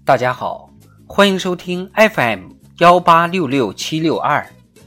大家好，欢迎收听 FM1866762。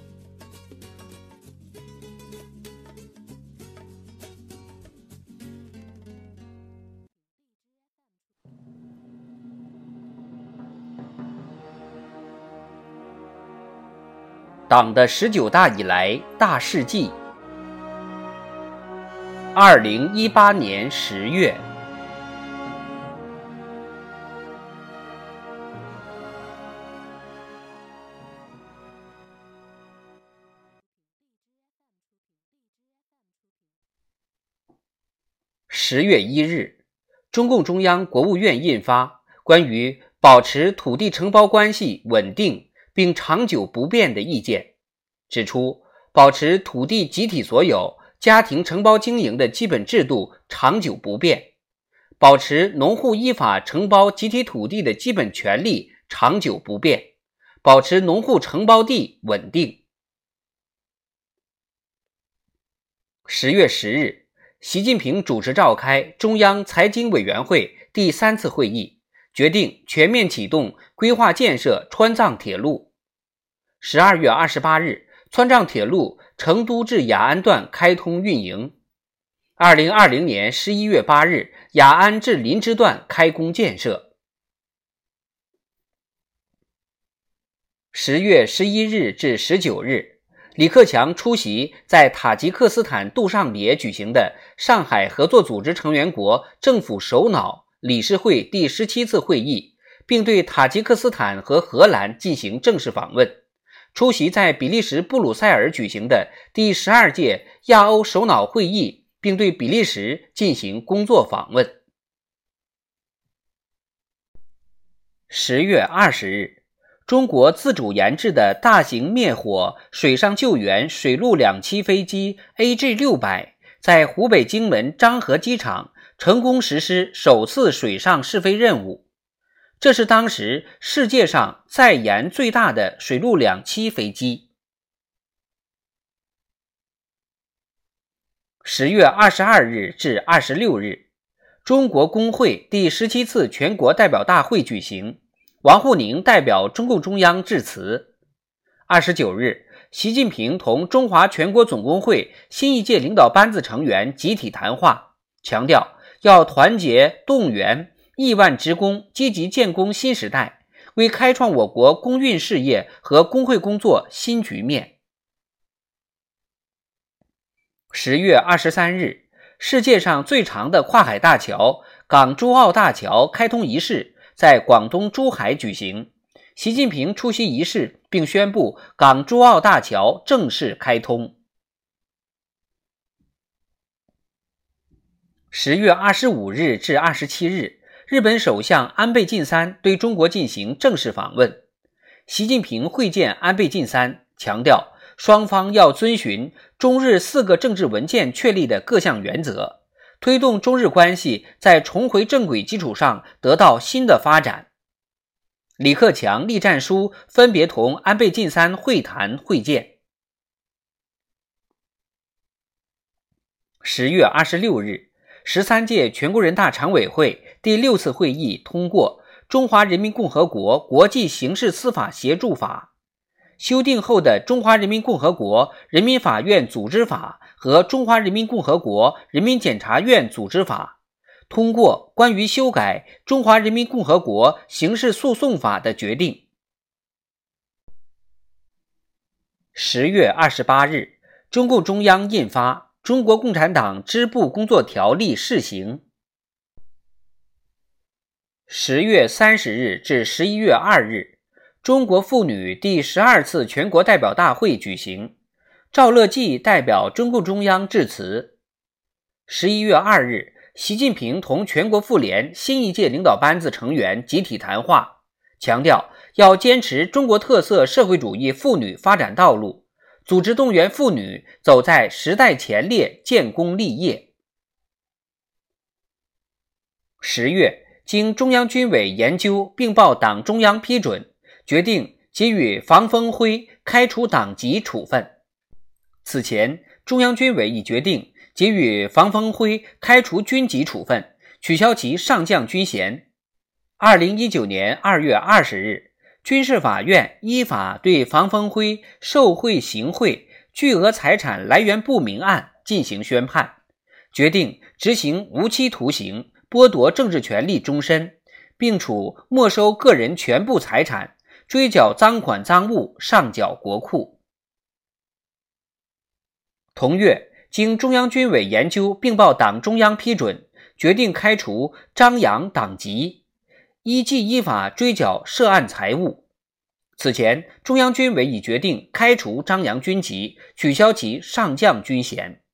党的19大以来大事记。2018年10月。10月1日，中共中央、国务院印发关于保持土地承包关系稳定并长久不变的意见，指出保持土地集体所有、家庭承包经营的基本制度长久不变，保持农户依法承包集体土地的基本权利长久不变，保持农户承包地稳定。10月10日，习近平主持召开中央财经委员会第3次会议，决定全面启动规划建设川藏铁路。12月28日，川藏铁路成都至雅安段开通运营。2020年11月8日，雅安至林芝段开工建设。10月11日至19日，李克强出席在塔吉克斯坦杜尚别举行的上海合作组织成员国政府首脑理事会第17次会议，并对塔吉克斯坦和荷兰进行正式访问，出席在比利时布鲁塞尔举行的第12届亚欧首脑会议，并对比利时进行工作访问。10月20日，中国自主研制的大型灭火水上救援水陆两栖飞机 AG600 在湖北荆门漳河机场成功实施首次水上试飞任务，这是当时世界上载盐最大的水陆两栖飞机。10月22日至26日，中国工会第17次全国代表大会举行，王沪宁代表中共中央致辞。29日，习近平同中华全国总工会新一届领导班子成员集体谈话，强调要团结动员亿万职工积极建功新时代，为开创我国工运事业和工会工作新局面。10月23日，世界上最长的跨海大桥港珠澳大桥开通仪式在广东珠海举行，习近平出席仪式并宣布港珠澳大桥正式开通。10月25日至27日，日本首相安倍晋三对中国进行正式访问。习近平会见安倍晋三，强调双方要遵循中日4个政治文件确立的各项原则，推动中日关系在重回正轨基础上得到新的发展。李克强、栗战书分别同安倍晋三会谈会见。10月26日，13届全国人大常委会第6次会议通过《中华人民共和国国际刑事司法协助法》，修订后的《中华人民共和国人民法院组织法》和《中华人民共和国人民检察院组织法》，通过关于修改《中华人民共和国刑事诉讼法》的决定。10月28日，中共中央印发《中国共产党支部工作条例》试行。10月30日至11月2日，中国妇女第12次全国代表大会举行，赵乐际代表中共中央致辞。11月2日，习近平同全国妇联新一届领导班子成员集体谈话，强调要坚持中国特色社会主义妇女发展道路，组织动员妇女走在时代前列，建功立业。10月，经中央军委研究并报党中央批准，决定给予房峰辉开除党籍处分。此前，中央军委已决定给予房峰辉开除军籍处分，取消其上将军衔。 2019年2月20日，军事法院依法对房峰辉受贿行贿、巨额财产来源不明案进行宣判，决定执行无期徒刑，剥夺政治权利终身，并处没收个人全部财产，追缴赃款赃物，上缴国库。同月，经中央军委研究并报党中央批准，决定开除张杨党籍，依纪依法追缴涉案财物。此前，中央军委已决定开除张杨军籍，取消其上将军衔。